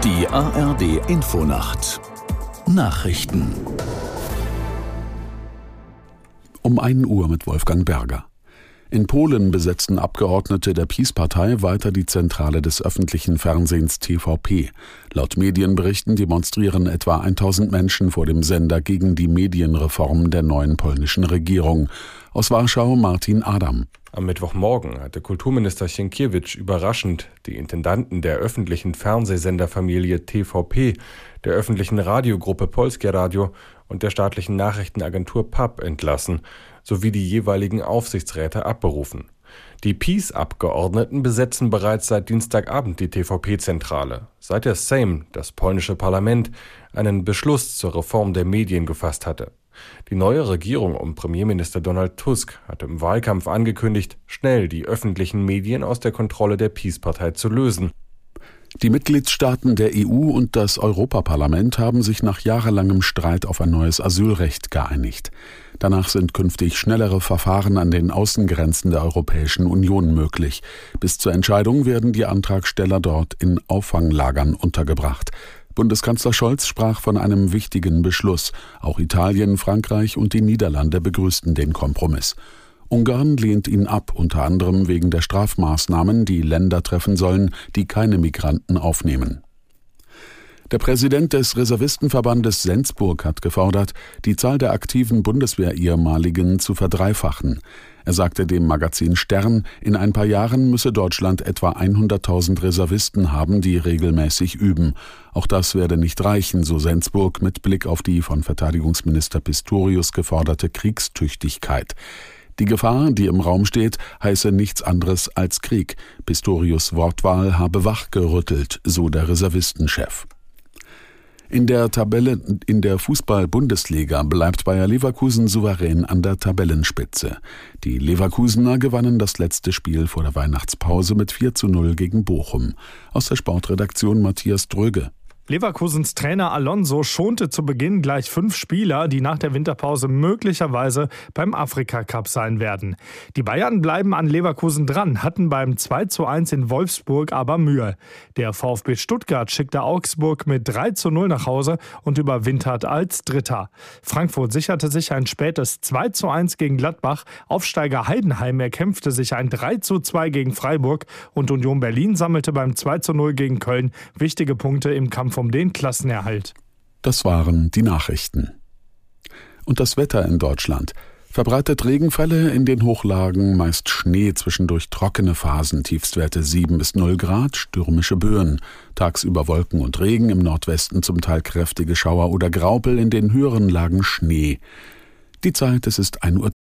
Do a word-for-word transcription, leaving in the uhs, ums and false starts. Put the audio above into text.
Die A R D Infonacht Nachrichten Um ein Uhr mit Wolfgang Berger. In Polen besetzten Abgeordnete der PiS-Partei weiter die Zentrale des öffentlichen Fernsehens T V P. Laut Medienberichten demonstrieren etwa tausend Menschen vor dem Sender gegen die Medienreform der neuen polnischen Regierung. Aus Warschau Martin Adam. Am Mittwochmorgen hatte Kulturminister Sienkiewicz überraschend die Intendanten der öffentlichen Fernsehsenderfamilie T V P, der öffentlichen Radiogruppe Polskie Radio und der staatlichen Nachrichtenagentur P A P entlassen, sowie die jeweiligen Aufsichtsräte abberufen. Die PiS-Abgeordneten besetzen bereits seit Dienstagabend die T V P-Zentrale, seit der Sejm, das polnische Parlament, einen Beschluss zur Reform der Medien gefasst hatte. Die neue Regierung um Premierminister Donald Tusk hatte im Wahlkampf angekündigt, schnell die öffentlichen Medien aus der Kontrolle der PiS-Partei zu lösen. Die Mitgliedstaaten der E U und das Europaparlament haben sich nach jahrelangem Streit auf ein neues Asylrecht geeinigt. Danach sind künftig schnellere Verfahren an den Außengrenzen der Europäischen Union möglich. Bis zur Entscheidung werden die Antragsteller dort in Auffanglagern untergebracht. Bundeskanzler Scholz sprach von einem wichtigen Beschluss. Auch Italien, Frankreich und die Niederlande begrüßten den Kompromiss. Ungarn lehnt ihn ab, unter anderem wegen der Strafmaßnahmen, die Länder treffen sollen, die keine Migranten aufnehmen. Der Präsident des Reservistenverbandes Sensburg hat gefordert, die Zahl der aktiven Bundeswehr-Ehemaligen zu verdreifachen. Er sagte dem Magazin Stern, in ein paar Jahren müsse Deutschland etwa hunderttausend Reservisten haben, die regelmäßig üben. Auch das werde nicht reichen, so Sensburg mit Blick auf die von Verteidigungsminister Pistorius geforderte Kriegstüchtigkeit. Die Gefahr, die im Raum steht, heiße nichts anderes als Krieg. Pistorius' Wortwahl habe wachgerüttelt, so der Reservistenchef. In der Tabelle in der Fußball-Bundesliga bleibt Bayer Leverkusen souverän an der Tabellenspitze. Die Leverkusener gewannen das letzte Spiel vor der Weihnachtspause mit vier zu null gegen Bochum. Aus der Sportredaktion Matthias Dröge. Leverkusens Trainer Alonso schonte zu Beginn gleich fünf Spieler, die nach der Winterpause möglicherweise beim Afrika-Cup sein werden. Die Bayern bleiben an Leverkusen dran, hatten beim zwei zu eins in Wolfsburg aber Mühe. Der VfB Stuttgart schickte Augsburg mit drei zu null nach Hause und überwintert als Dritter. Frankfurt sicherte sich ein spätes zwei zu eins gegen Gladbach, Aufsteiger Heidenheim erkämpfte sich ein drei zu zwei gegen Freiburg und Union Berlin sammelte beim zwei zu null gegen Köln wichtige Punkte im Kampf um den Klassenerhalt. Das waren die Nachrichten. Und das Wetter in Deutschland. Verbreitet Regenfälle, in den Hochlagen meist Schnee, zwischendurch trockene Phasen, Tiefstwerte sieben bis null Grad, stürmische Böen. Tagsüber Wolken und Regen, im Nordwesten zum Teil kräftige Schauer oder Graupel, in den höheren Lagen Schnee. Die Zeit, es ist ein Uhr